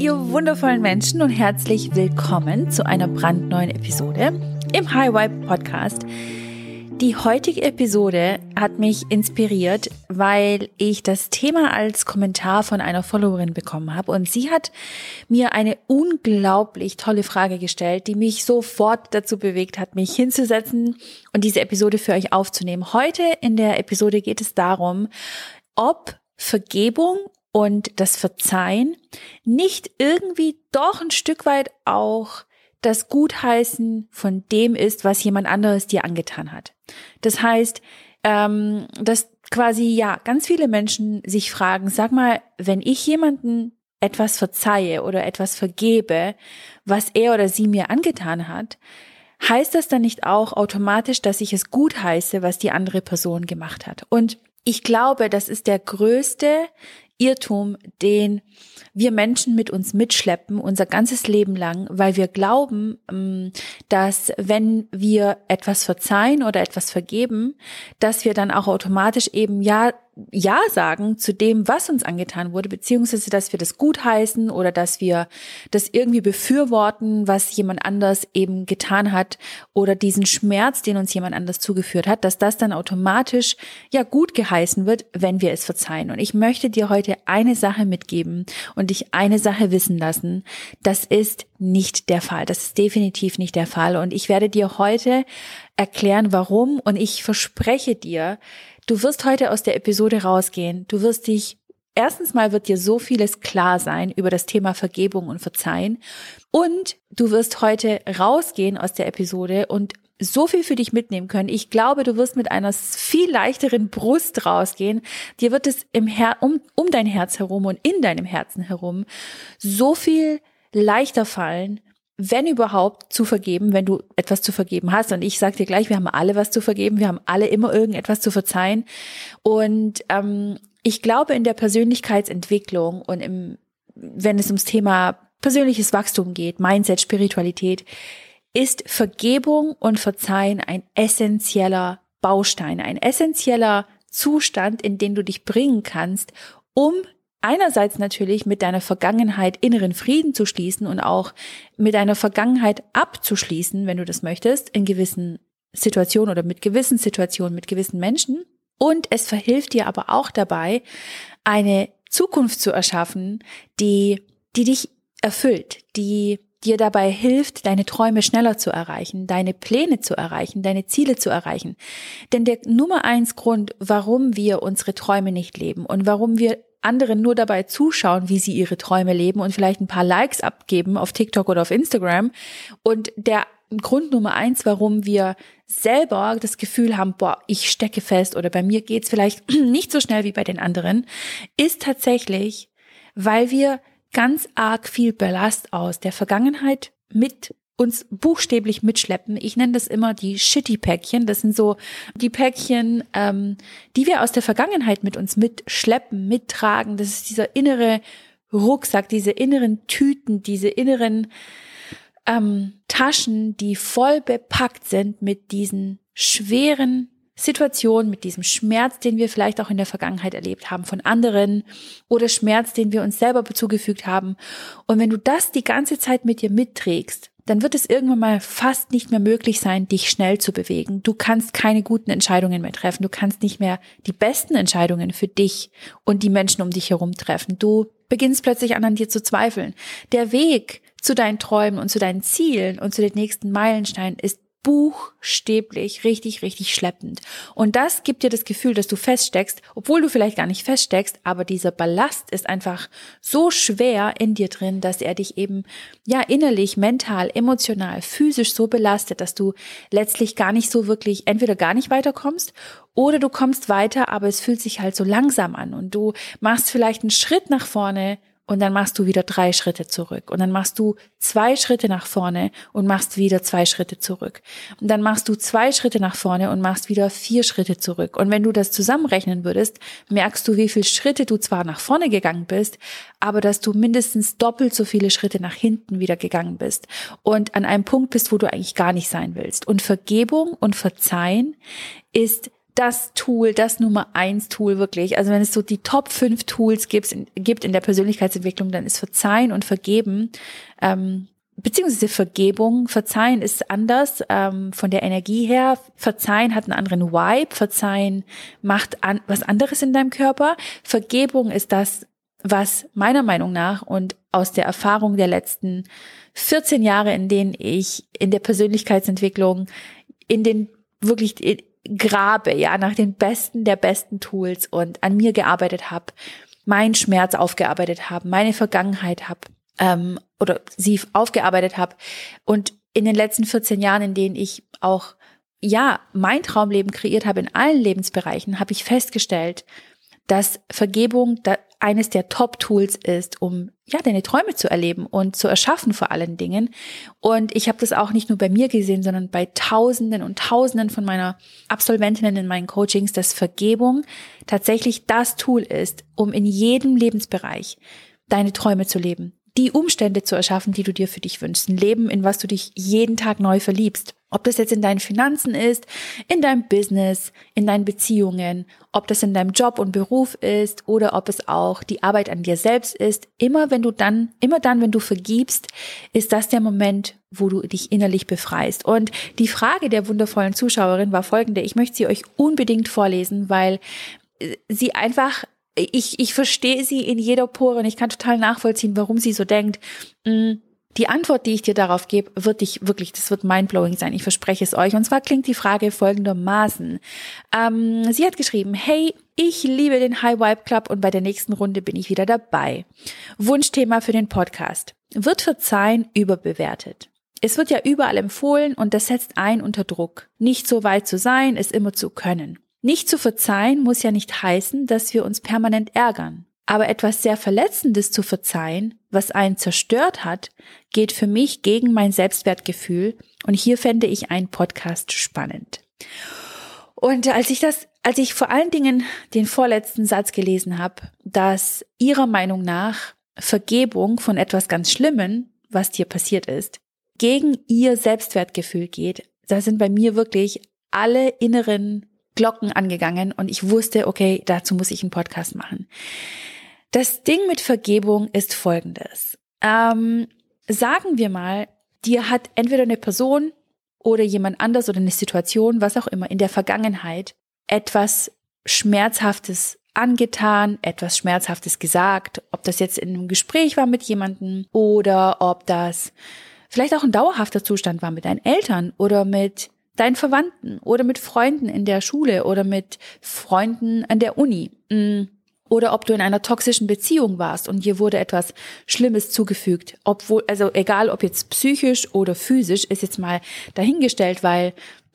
ihr wundervollen Menschen und herzlich willkommen zu einer brandneuen Episode im High Vibe Podcast. Die heutige Episode hat mich inspiriert, weil ich das Thema als Kommentar von einer Followerin bekommen habe und sie hat mir eine unglaublich tolle Frage gestellt, die mich sofort dazu bewegt hat, mich hinzusetzen und diese Episode für euch aufzunehmen. Heute in der Episode geht es darum, ob Vergebung und das Verzeihen nicht irgendwie doch ein Stück weit auch das Gutheißen von dem ist, was jemand anderes dir angetan hat. Das heißt, dass quasi ganz viele Menschen sich fragen, sag mal, wenn ich jemanden etwas verzeihe oder etwas vergebe, was er oder sie mir angetan hat, heißt das dann nicht auch automatisch, dass ich es gutheiße, was die andere Person gemacht hat? Und ich glaube, das ist der größte Irrtum, den wir Menschen mit uns mitschleppen, unser ganzes Leben lang, weil wir glauben, dass wenn wir etwas verzeihen oder etwas vergeben, dass wir dann auch automatisch eben Ja sagen zu dem, was uns angetan wurde, beziehungsweise dass wir das gutheißen oder dass wir das irgendwie befürworten, was jemand anders eben getan hat oder diesen Schmerz, den uns jemand anders zugeführt hat, dass das dann automatisch gut geheißen wird, wenn wir es verzeihen. Und ich möchte dir heute eine Sache mitgeben und dich eine Sache wissen lassen. Das ist nicht der Fall. Das ist definitiv nicht der Fall. Und ich werde dir heute erklären, warum. Und ich verspreche dir, du wirst heute aus der Episode rausgehen. Du wirst erstens mal wird dir so vieles klar sein über das Thema Vergebung und Verzeihen. Und du wirst heute rausgehen aus der Episode und so viel für dich mitnehmen können. Ich glaube, du wirst mit einer viel leichteren Brust rausgehen. Dir wird es um dein Herz herum und in deinem Herzen herum so viel leichter fallen, wenn überhaupt, zu vergeben, wenn du etwas zu vergeben hast. Und ich sage dir gleich, wir haben alle was zu vergeben, wir haben alle immer irgendetwas zu verzeihen. Und ich glaube, in der Persönlichkeitsentwicklung und wenn es ums Thema persönliches Wachstum geht, Mindset, Spiritualität, ist Vergebung und Verzeihen ein essentieller Baustein, ein essentieller Zustand, in den du dich bringen kannst, um einerseits natürlich mit deiner Vergangenheit inneren Frieden zu schließen und auch mit deiner Vergangenheit abzuschließen, wenn du das möchtest, in gewissen Situationen oder mit gewissen Situationen, mit gewissen Menschen. Und es verhilft dir aber auch dabei, eine Zukunft zu erschaffen, die dich erfüllt, die dir dabei hilft, deine Träume schneller zu erreichen, deine Pläne zu erreichen, deine Ziele zu erreichen. Denn der Nummer 1 Grund, warum wir unsere Träume nicht leben und warum wir anderen nur dabei zuschauen, wie sie ihre Träume leben und vielleicht ein paar Likes abgeben auf TikTok oder auf Instagram. Und der Grund Nummer 1, warum wir selber das Gefühl haben, ich stecke fest oder bei mir geht's vielleicht nicht so schnell wie bei den anderen, ist tatsächlich, weil wir ganz arg viel Ballast aus der Vergangenheit mit uns buchstäblich mitschleppen. Ich nenne das immer die Shitty-Päckchen. Das sind so die Päckchen, die wir aus der Vergangenheit mit uns mitschleppen, mittragen. Das ist dieser innere Rucksack, diese inneren Tüten, diese inneren Taschen, die voll bepackt sind mit diesen schweren Situation, mit diesem Schmerz, den wir vielleicht auch in der Vergangenheit erlebt haben von anderen oder Schmerz, den wir uns selber zugefügt haben. Und wenn du das die ganze Zeit mit dir mitträgst, dann wird es irgendwann mal fast nicht mehr möglich sein, dich schnell zu bewegen. Du kannst keine guten Entscheidungen mehr treffen. Du kannst nicht mehr die besten Entscheidungen für dich und die Menschen um dich herum treffen. Du beginnst plötzlich an dir zu zweifeln. Der Weg zu deinen Träumen und zu deinen Zielen und zu den nächsten Meilensteinen ist buchstäblich richtig, richtig schleppend. Und das gibt dir das Gefühl, dass du feststeckst, obwohl du vielleicht gar nicht feststeckst, aber dieser Ballast ist einfach so schwer in dir drin, dass er dich eben innerlich, mental, emotional, physisch so belastet, dass du letztlich gar nicht so wirklich, entweder gar nicht weiterkommst oder du kommst weiter, aber es fühlt sich halt so langsam an und du machst vielleicht einen Schritt nach vorne und dann machst du wieder 3 Schritte zurück. Und dann machst du 2 Schritte nach vorne und machst wieder 2 Schritte zurück. Und dann machst du 2 Schritte nach vorne und machst wieder 4 Schritte zurück. Und wenn du das zusammenrechnen würdest, merkst du, wie viele Schritte du zwar nach vorne gegangen bist, aber dass du mindestens doppelt so viele Schritte nach hinten wieder gegangen bist. Und an einem Punkt bist, wo du eigentlich gar nicht sein willst. Und Vergebung und Verzeihen ist das Tool, das Nummer 1 Tool wirklich. Also wenn es so die Top 5 Tools gibt in der Persönlichkeitsentwicklung, dann ist Verzeihen und Vergeben, beziehungsweise Vergebung. Verzeihen ist anders von der Energie her. Verzeihen hat einen anderen Vibe. Verzeihen macht was anderes in deinem Körper. Vergebung ist das, was meiner Meinung nach und aus der Erfahrung der letzten 14 Jahre, in denen ich in der Persönlichkeitsentwicklung in den wirklich grabe, ja, nach den besten der besten Tools und an mir gearbeitet habe, meinen Schmerz aufgearbeitet habe, meine Vergangenheit habe, oder sie aufgearbeitet habe und in den letzten 14 Jahren, in denen ich auch, ja, mein Traumleben kreiert habe in allen Lebensbereichen, habe ich festgestellt, dass Vergebung eines der Top-Tools ist, um ja deine Träume zu erleben und zu erschaffen vor allen Dingen. Und ich habe das auch nicht nur bei mir gesehen, sondern bei Tausenden und Tausenden von meiner Absolventinnen in meinen Coachings, dass Vergebung tatsächlich das Tool ist, um in jedem Lebensbereich deine Träume zu leben, die Umstände zu erschaffen, die du dir für dich wünschst, ein Leben, in was du dich jeden Tag neu verliebst. Ob das jetzt in deinen Finanzen ist, in deinem Business, in deinen Beziehungen, ob das in deinem Job und Beruf ist oder ob es auch die Arbeit an dir selbst ist. Immer dann, wenn du vergibst, ist das der Moment, wo du dich innerlich befreist. Und die Frage der wundervollen Zuschauerin war folgende. Ich möchte sie euch unbedingt vorlesen, weil sie einfach, ich verstehe sie in jeder Pore und ich kann total nachvollziehen, warum sie so denkt. Die Antwort, die ich dir darauf gebe, wird mindblowing sein. Ich verspreche es euch. Und zwar klingt die Frage folgendermaßen. Sie hat geschrieben, hey, ich liebe den High Vibe Club und bei der nächsten Runde bin ich wieder dabei. Wunschthema für den Podcast. Wird Verzeihen überbewertet? Es wird ja überall empfohlen und das setzt einen unter Druck. Nicht so weit zu sein, es immer zu können. Nicht zu verzeihen muss ja nicht heißen, dass wir uns permanent ärgern. Aber etwas sehr Verletzendes zu verzeihen, was einen zerstört hat, geht für mich gegen mein Selbstwertgefühl. Und hier fände ich einen Podcast spannend. Und als ich vor allen Dingen den vorletzten Satz gelesen habe, dass ihrer Meinung nach Vergebung von etwas ganz Schlimmem, was dir passiert ist, gegen ihr Selbstwertgefühl geht, da sind bei mir wirklich alle inneren Glocken angegangen und ich wusste, okay, dazu muss ich einen Podcast machen. Das Ding mit Vergebung ist folgendes. Sagen wir mal, dir hat entweder eine Person oder jemand anders oder eine Situation, was auch immer, in der Vergangenheit etwas Schmerzhaftes angetan, etwas Schmerzhaftes gesagt, ob das jetzt in einem Gespräch war mit jemandem oder ob das vielleicht auch ein dauerhafter Zustand war mit deinen Eltern oder mit deinen Verwandten oder mit Freunden in der Schule oder mit Freunden an der Uni. Oder ob du in einer toxischen Beziehung warst und dir wurde etwas Schlimmes zugefügt. Also egal ob jetzt psychisch oder physisch, ist jetzt mal dahingestellt, weil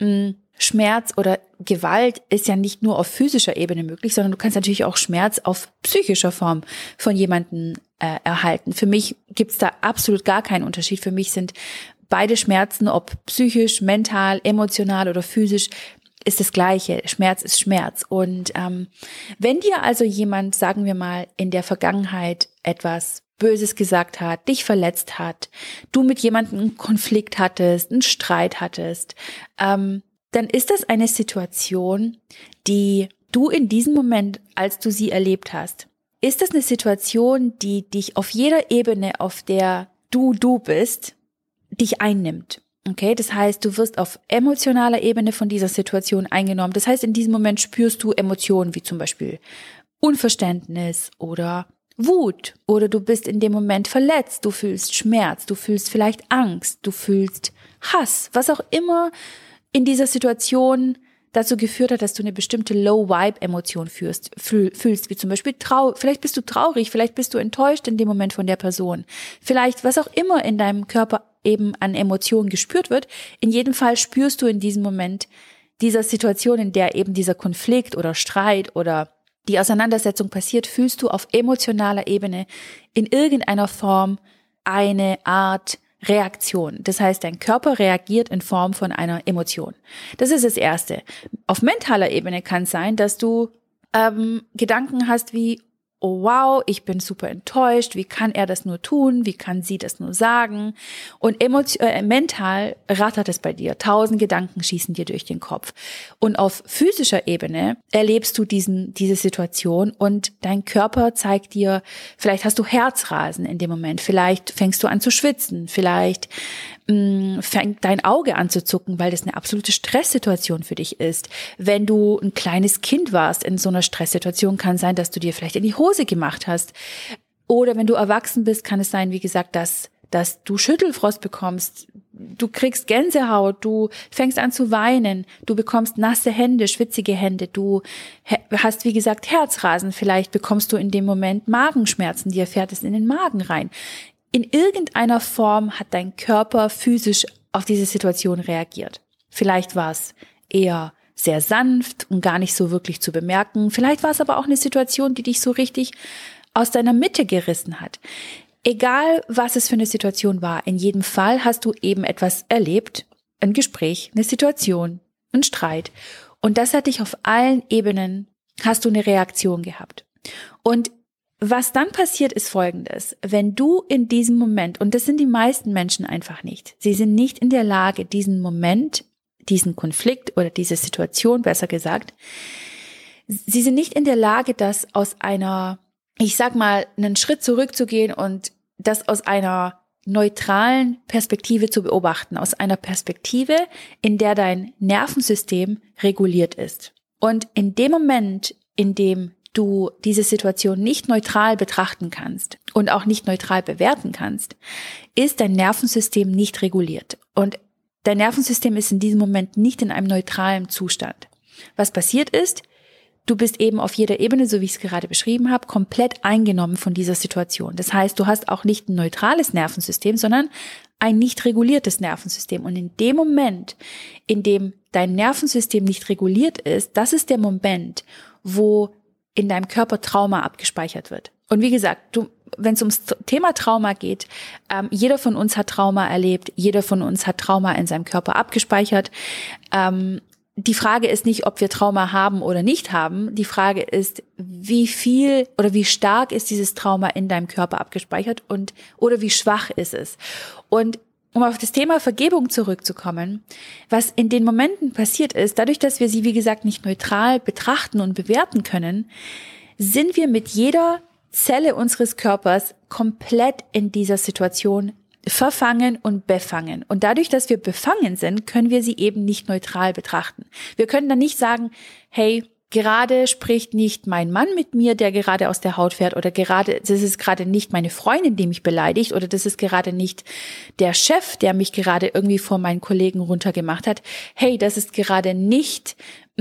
Schmerz oder Gewalt ist ja nicht nur auf physischer Ebene möglich, sondern du kannst natürlich auch Schmerz auf psychischer Form von jemandem erhalten. Für mich gibt's da absolut gar keinen Unterschied. Für mich sind beide Schmerzen, ob psychisch, mental, emotional oder physisch, ist das Gleiche. Schmerz ist Schmerz. Und wenn dir also jemand, sagen wir mal, in der Vergangenheit etwas Böses gesagt hat, dich verletzt hat, du mit jemandem einen Konflikt hattest, einen Streit hattest, dann ist das eine Situation, die du in diesem Moment, als du sie erlebt hast, ist das eine Situation, die dich auf jeder Ebene, auf der du bist, dich einnimmt. Okay, das heißt, du wirst auf emotionaler Ebene von dieser Situation eingenommen. Das heißt, in diesem Moment spürst du Emotionen wie zum Beispiel Unverständnis oder Wut oder du bist in dem Moment verletzt, du fühlst Schmerz, du fühlst vielleicht Angst, du fühlst Hass, was auch immer in dieser Situation dazu geführt hat, dass du eine bestimmte Low-Vibe-Emotion fühlst, wie zum Beispiel vielleicht bist du traurig, vielleicht bist du enttäuscht in dem Moment von der Person, vielleicht was auch immer in deinem Körper eben an Emotionen gespürt wird. In jedem Fall spürst du in diesem Moment dieser Situation, in der eben dieser Konflikt oder Streit oder die Auseinandersetzung passiert, fühlst du auf emotionaler Ebene in irgendeiner Form eine Art Reaktion. Das heißt, dein Körper reagiert in Form von einer Emotion. Das ist das Erste. Auf mentaler Ebene kann es sein, dass du Gedanken hast wie, oh wow, ich bin super enttäuscht, wie kann er das nur tun, wie kann sie das nur sagen? Und mental rattert es bei dir, 1000 Gedanken schießen dir durch den Kopf. Und auf physischer Ebene erlebst du diese Situation und dein Körper zeigt dir, vielleicht hast du Herzrasen in dem Moment, vielleicht fängst du an zu schwitzen, vielleicht fängt dein Auge an zu zucken, weil das eine absolute Stresssituation für dich ist. Wenn du ein kleines Kind warst in so einer Stresssituation, kann sein, dass du dir vielleicht in die Hose gemacht hast. Oder wenn du erwachsen bist, kann es sein, wie gesagt, dass du Schüttelfrost bekommst, du kriegst Gänsehaut, du fängst an zu weinen, du bekommst nasse Hände, schwitzige Hände, du hast, wie gesagt, Herzrasen, vielleicht bekommst du in dem Moment Magenschmerzen, dir fährt es in den Magen rein. In irgendeiner Form hat dein Körper physisch auf diese Situation reagiert. Vielleicht war es eher sehr sanft und gar nicht so wirklich zu bemerken. Vielleicht war es aber auch eine Situation, die dich so richtig aus deiner Mitte gerissen hat. Egal, was es für eine Situation war, in jedem Fall hast du eben etwas erlebt, ein Gespräch, eine Situation, einen Streit. Und das hat dich auf allen Ebenen, hast du eine Reaktion gehabt. Und was dann passiert, ist Folgendes. Wenn du in diesem Moment, und das sind die meisten Menschen einfach nicht, sie sind nicht in der Lage, diesen Moment, diesen Konflikt oder diese Situation, besser gesagt, sie sind nicht in der Lage, das aus einer, ich sag mal, einen Schritt zurückzugehen und das aus einer neutralen Perspektive zu beobachten, aus einer Perspektive, in der dein Nervensystem reguliert ist. Und in dem Moment, in dem du diese Situation nicht neutral betrachten kannst und auch nicht neutral bewerten kannst, ist dein Nervensystem nicht reguliert. Und dein Nervensystem ist in diesem Moment nicht in einem neutralen Zustand. Was passiert ist, du bist eben auf jeder Ebene, so wie ich es gerade beschrieben habe, komplett eingenommen von dieser Situation. Das heißt, du hast auch nicht ein neutrales Nervensystem, sondern ein nicht reguliertes Nervensystem. Und in dem Moment, in dem dein Nervensystem nicht reguliert ist, das ist der Moment, wo in deinem Körper Trauma abgespeichert wird. Und wie gesagt, wenn es ums Thema Trauma geht, jeder von uns hat Trauma erlebt, jeder von uns hat Trauma in seinem Körper abgespeichert. Die Frage ist nicht, ob wir Trauma haben oder nicht haben. Die Frage ist, wie viel oder wie stark ist dieses Trauma in deinem Körper abgespeichert oder wie schwach ist es. Und um auf das Thema Vergebung zurückzukommen, was in den Momenten passiert ist, dadurch, dass wir sie, wie gesagt, nicht neutral betrachten und bewerten können, sind wir mit jeder Zelle unseres Körpers komplett in dieser Situation verfangen und befangen. Und dadurch, dass wir befangen sind, können wir sie eben nicht neutral betrachten. Wir können dann nicht sagen, hey, gerade spricht nicht mein Mann mit mir, der gerade aus der Haut fährt, oder das ist gerade nicht meine Freundin, die mich beleidigt, oder das ist gerade nicht der Chef, der mich gerade irgendwie vor meinen Kollegen runtergemacht hat. Hey, das ist gerade nicht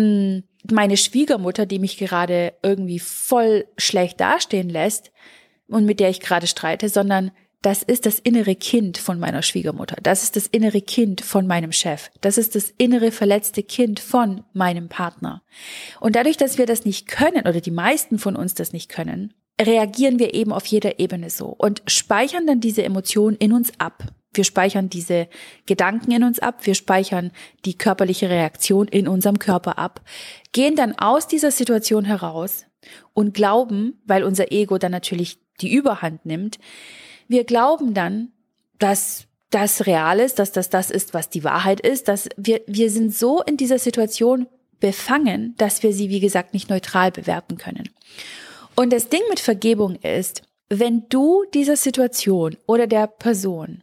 meine Schwiegermutter, die mich gerade irgendwie voll schlecht dastehen lässt und mit der ich gerade streite, sondern das ist das innere Kind von meiner Schwiegermutter. Das ist das innere Kind von meinem Chef. Das ist das innere verletzte Kind von meinem Partner. Und dadurch, dass wir das nicht können, oder die meisten von uns das nicht können, reagieren wir eben auf jeder Ebene so und speichern dann diese Emotionen in uns ab. Wir speichern diese Gedanken in uns ab, wir speichern die körperliche Reaktion in unserem Körper ab, gehen dann aus dieser Situation heraus und glauben, weil unser Ego dann natürlich die Überhand nimmt, wir glauben dann, dass das real ist, dass das ist, was die Wahrheit ist, dass wir sind so in dieser Situation befangen, dass wir sie, wie gesagt, nicht neutral bewerten können. Und das Ding mit Vergebung ist, wenn du dieser Situation oder der Person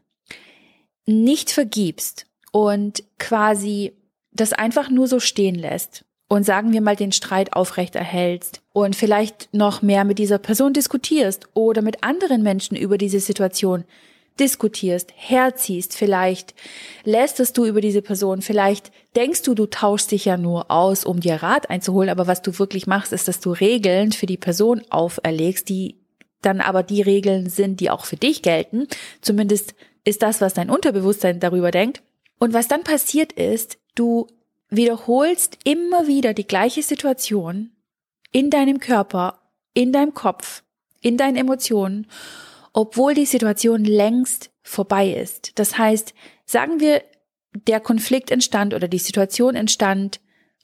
nicht vergibst und quasi das einfach nur so stehen lässt und sagen wir mal den Streit aufrechterhältst und vielleicht noch mehr mit dieser Person diskutierst oder mit anderen Menschen über diese Situation diskutierst, herziehst, vielleicht lästerst du über diese Person, vielleicht denkst du tauschst dich ja nur aus, um dir Rat einzuholen, aber was du wirklich machst, ist, dass du Regeln für die Person auferlegst, die dann aber die Regeln sind, die auch für dich gelten. Zumindest ist das, was dein Unterbewusstsein darüber denkt. Und was dann passiert ist, du wiederholst immer wieder die gleiche Situation in deinem Körper, in deinem Kopf, in deinen Emotionen, obwohl die Situation längst vorbei ist. Das heißt, sagen wir, der Konflikt entstand oder die Situation entstand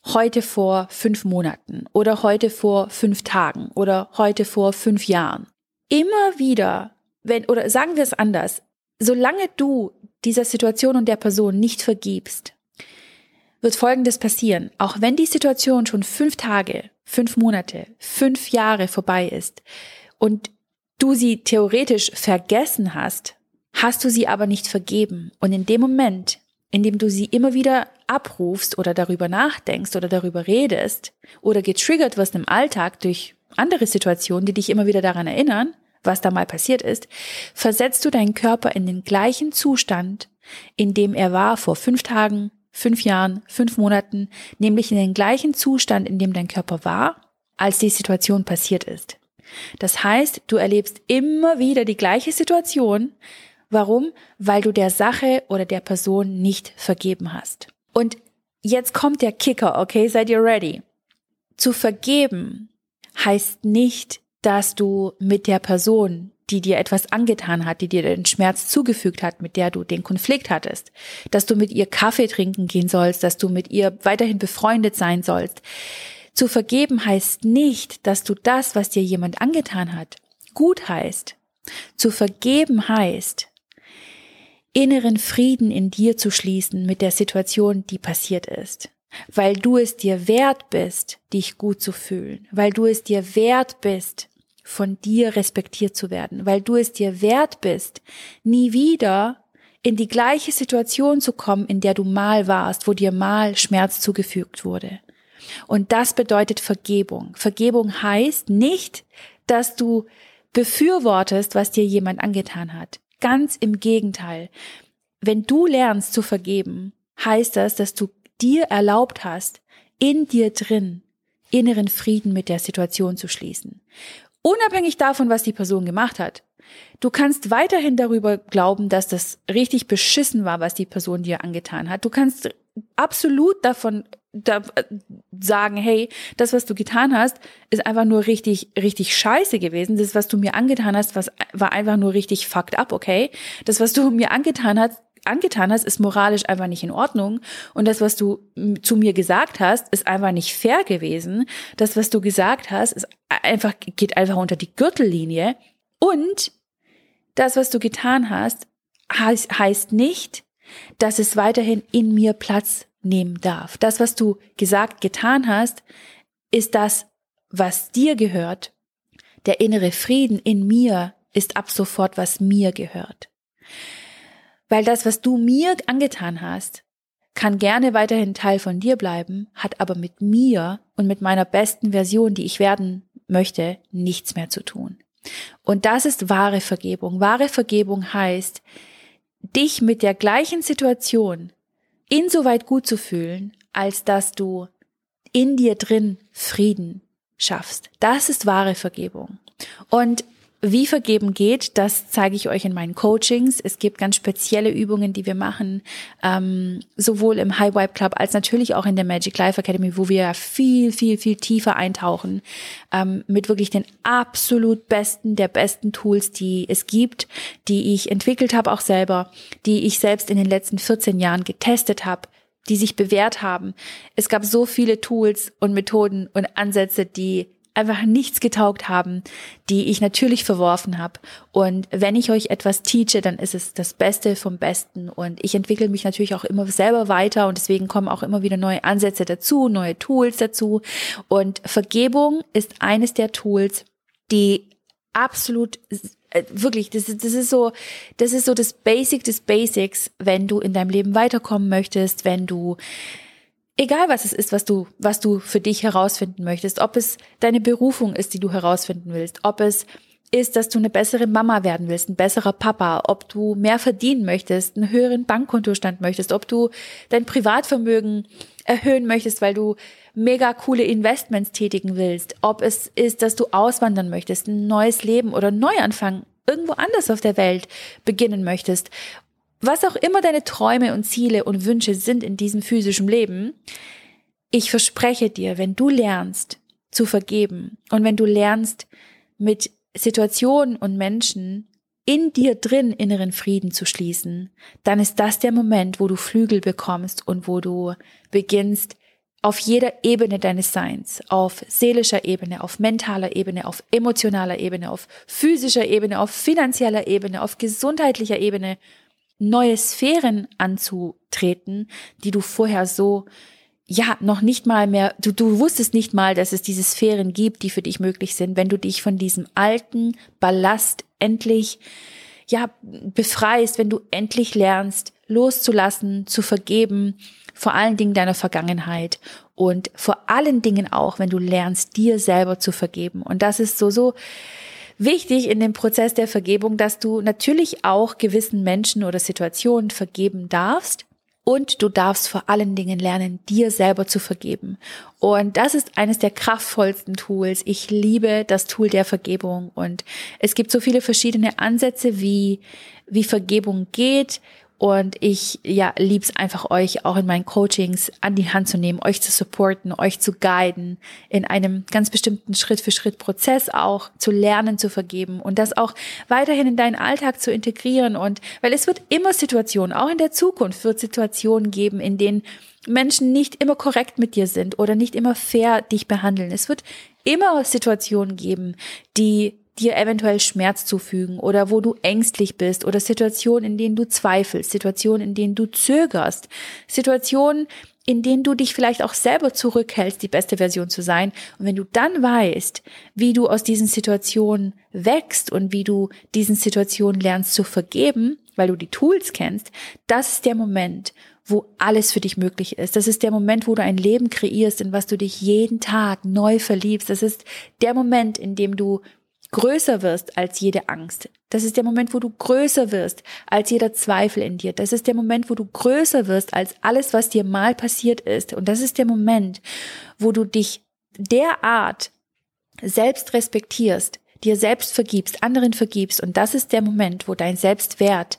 heute vor 5 Monaten oder heute vor 5 Tagen oder heute vor 5 Jahren. Immer wieder, oder sagen wir es anders, solange du dieser Situation und der Person nicht vergibst, wird Folgendes passieren. Auch wenn die Situation schon 5 Tage, 5 Monate, 5 Jahre vorbei ist und du sie theoretisch vergessen hast, hast du sie aber nicht vergeben. Und in dem Moment, in dem du sie immer wieder abrufst oder darüber nachdenkst oder darüber redest oder getriggert wirst im Alltag durch andere Situationen, die dich immer wieder daran erinnern, was da mal passiert ist, versetzt du deinen Körper in den gleichen Zustand, in dem er war vor 5 Tagen, 5 Jahren, 5 Monaten, nämlich in den gleichen Zustand, in dem dein Körper war, als die Situation passiert ist. Das heißt, du erlebst immer wieder die gleiche Situation. Warum? Weil du der Sache oder der Person nicht vergeben hast. Und jetzt kommt der Kicker, okay? Seid ihr ready? Zu vergeben heißt nicht, dass du mit der Person, die dir etwas angetan hat, die dir den Schmerz zugefügt hat, mit der du den Konflikt hattest, dass du mit ihr Kaffee trinken gehen sollst, dass du mit ihr weiterhin befreundet sein sollst. Zu vergeben heißt nicht, dass du das, was dir jemand angetan hat, gut heißt. Zu vergeben heißt, inneren Frieden in dir zu schließen mit der Situation, die passiert ist. Weil du es dir wert bist, dich gut zu fühlen. Weil du es dir wert bist, von dir respektiert zu werden. Weil du es dir wert bist, nie wieder in die gleiche Situation zu kommen, in der du mal warst, wo dir mal Schmerz zugefügt wurde. Und das bedeutet Vergebung. Vergebung heißt nicht, dass du befürwortest, was dir jemand angetan hat. Ganz im Gegenteil. Wenn du lernst zu vergeben, heißt das, dass du dir erlaubt hast, in dir drin inneren Frieden mit der Situation zu schließen. Unabhängig davon, was die Person gemacht hat. Du kannst weiterhin darüber glauben, dass das richtig beschissen war, was die Person dir angetan hat. Du kannst absolut davon sagen, hey, das, was du getan hast, ist einfach nur richtig, richtig scheiße gewesen. Das, was du mir angetan hast, war einfach nur richtig fucked up, okay? Das, was du mir angetan hast, ist moralisch einfach nicht in Ordnung. Und das, was du zu mir gesagt hast, ist einfach nicht fair gewesen. Das, was du gesagt hast, geht einfach unter die Gürtellinie. Und das, was du getan hast, heißt nicht, dass es weiterhin in mir Platz nehmen darf. Das, was du getan hast, ist das, was dir gehört. Der innere Frieden in mir ist ab sofort, was mir gehört. Weil das, was du mir angetan hast, kann gerne weiterhin Teil von dir bleiben, hat aber mit mir und mit meiner besten Version, die ich werden möchte, nichts mehr zu tun. Und das ist wahre Vergebung. Wahre Vergebung heißt, dich mit der gleichen Situation insoweit gut zu fühlen, als dass du in dir drin Frieden schaffst. Das ist wahre Vergebung. Und wie vergeben geht, das zeige ich euch in meinen Coachings. Es gibt ganz spezielle Übungen, die wir machen, sowohl im High Vibe Club als natürlich auch in der Magic Life Academy, wo wir viel, viel, viel tiefer eintauchen, mit wirklich den absolut der besten Tools, die es gibt, die ich entwickelt habe, auch selber, die ich selbst in den letzten 14 Jahren getestet habe, die sich bewährt haben. Es gab so viele Tools und Methoden und Ansätze, die einfach nichts getaugt haben, die ich natürlich verworfen habe. Und wenn ich euch etwas teache, dann ist es das Beste vom Besten. Und ich entwickle mich natürlich auch immer selber weiter und deswegen kommen auch immer wieder neue Ansätze dazu, neue Tools dazu. Und Vergebung ist eines der Tools, die absolut wirklich, das ist so das Basic des Basics, wenn du in deinem Leben weiterkommen möchtest, wenn du egal was es ist, was du für dich herausfinden möchtest, ob es deine Berufung ist, die du herausfinden willst, ob es ist, dass du eine bessere Mama werden willst, ein besserer Papa, ob du mehr verdienen möchtest, einen höheren Bankkontostand möchtest, ob du dein Privatvermögen erhöhen möchtest, weil du mega coole Investments tätigen willst, ob es ist, dass du auswandern möchtest, ein neues Leben oder einen Neuanfang irgendwo anders auf der Welt beginnen möchtest. Was auch immer deine Träume und Ziele und Wünsche sind in diesem physischen Leben, ich verspreche dir, wenn du lernst zu vergeben und wenn du lernst mit Situationen und Menschen in dir drin inneren Frieden zu schließen, dann ist das der Moment, wo du Flügel bekommst und wo du beginnst, auf jeder Ebene deines Seins, auf seelischer Ebene, auf mentaler Ebene, auf emotionaler Ebene, auf physischer Ebene, auf finanzieller Ebene, auf gesundheitlicher Ebene, neue Sphären anzutreten, die du vorher so, noch nicht mal mehr, du wusstest nicht mal, dass es diese Sphären gibt, die für dich möglich sind, wenn du dich von diesem alten Ballast endlich, befreist, wenn du endlich lernst, loszulassen, zu vergeben, vor allen Dingen deiner Vergangenheit und vor allen Dingen auch, wenn du lernst, dir selber zu vergeben. Und das ist so wichtig in dem Prozess der Vergebung, dass du natürlich auch gewissen Menschen oder Situationen vergeben darfst. Und du darfst vor allen Dingen lernen, dir selber zu vergeben. Und das ist eines der kraftvollsten Tools. Ich liebe das Tool der Vergebung. Und es gibt so viele verschiedene Ansätze, wie Vergebung geht. Und ich liebe es einfach, euch auch in meinen Coachings an die Hand zu nehmen, euch zu supporten, euch zu guiden, in einem ganz bestimmten Schritt-für-Schritt-Prozess auch zu lernen, zu vergeben und das auch weiterhin in deinen Alltag zu integrieren. Und weil es wird immer Situationen, auch in der Zukunft wird Situationen geben, in denen Menschen nicht immer korrekt mit dir sind oder nicht immer fair dich behandeln. Es wird immer Situationen geben, die dir eventuell Schmerz zufügen oder wo du ängstlich bist oder Situationen, in denen du zweifelst, Situationen, in denen du zögerst, Situationen, in denen du dich vielleicht auch selber zurückhältst, die beste Version zu sein. Und wenn du dann weißt, wie du aus diesen Situationen wächst und wie du diesen Situationen lernst zu vergeben, weil du die Tools kennst, das ist der Moment, wo alles für dich möglich ist. Das ist der Moment, wo du ein Leben kreierst, in was du dich jeden Tag neu verliebst. Das ist der Moment, in dem du größer wirst als jede Angst. Das ist der Moment, wo du größer wirst als jeder Zweifel in dir. Das ist der Moment, wo du größer wirst als alles, was dir mal passiert ist. Und das ist der Moment, wo du dich derart selbst respektierst, dir selbst vergibst, anderen vergibst. Und das ist der Moment, wo dein Selbstwert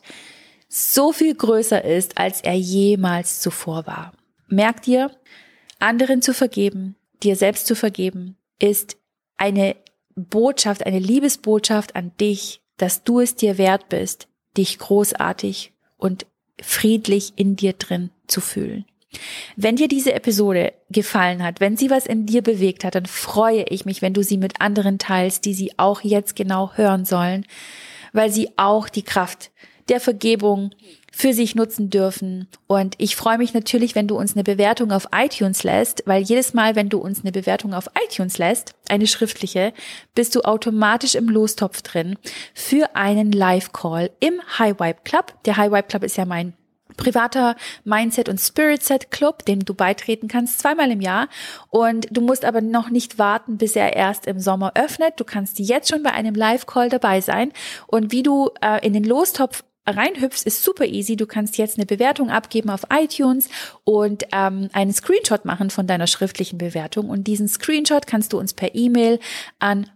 so viel größer ist, als er jemals zuvor war. Merk dir, anderen zu vergeben, dir selbst zu vergeben, ist eine Botschaft, eine Liebesbotschaft an dich, dass du es dir wert bist, dich großartig und friedlich in dir drin zu fühlen. Wenn dir diese Episode gefallen hat, wenn sie was in dir bewegt hat, dann freue ich mich, wenn du sie mit anderen teilst, die sie auch jetzt genau hören sollen, weil sie auch die Kraft der Vergebung für sich nutzen dürfen. Und ich freue mich natürlich, wenn du uns eine Bewertung auf iTunes lässt, weil jedes Mal, wenn du uns eine Bewertung auf iTunes lässt, eine schriftliche, bist du automatisch im Lostopf drin für einen Live-Call im High Vibe Club. Der High Vibe Club ist ja mein privater Mindset- und Spirit-Set-Club, dem du beitreten kannst, 2-mal im Jahr. Und du musst aber noch nicht warten, bis er erst im Sommer öffnet. Du kannst jetzt schon bei einem Live-Call dabei sein. Und wie du in den Lostopf reinhüpfst, ist super easy. Du kannst jetzt eine Bewertung abgeben auf iTunes und einen Screenshot machen von deiner schriftlichen Bewertung. Und diesen Screenshot kannst du uns per E-Mail an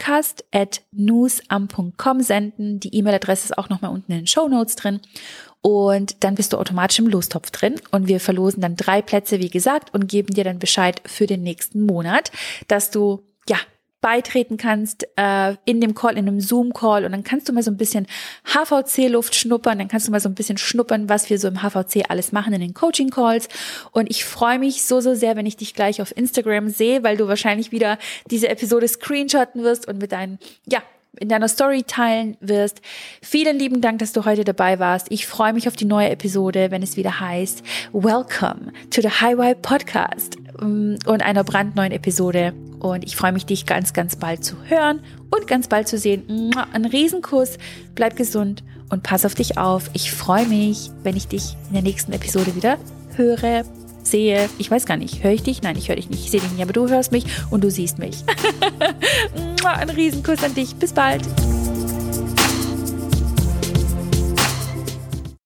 podcast@newsam.com senden. Die E-Mail-Adresse ist auch nochmal unten in den Shownotes drin. Und dann bist du automatisch im Lostopf drin. Und wir verlosen dann 3 Plätze, wie gesagt, und geben dir dann Bescheid für den nächsten Monat, dass du beitreten kannst in dem Call, in einem Zoom-Call, und dann kannst du mal so ein bisschen HVC-Luft schnuppern, dann kannst du mal so ein bisschen schnuppern, was wir so im HVC alles machen in den Coaching-Calls. Und ich freue mich so sehr, wenn ich dich gleich auf Instagram sehe, weil du wahrscheinlich wieder diese Episode screenshotten wirst und mit deinen, in deiner Story teilen wirst. Vielen lieben Dank, dass du heute dabei warst. Ich freue mich auf die neue Episode, wenn es wieder heißt Welcome to the High Vibe Podcast und einer brandneuen Episode. Und ich freue mich, dich ganz, ganz bald zu hören und ganz bald zu sehen. Ein Riesenkuss, bleib gesund und pass auf dich auf. Ich freue mich, wenn ich dich in der nächsten Episode wieder höre, sehe. Ich weiß gar nicht, höre ich dich? Nein, ich höre dich nicht. Ich sehe dich nicht, aber du hörst mich und du siehst mich. Ein Riesenkuss an dich. Bis bald.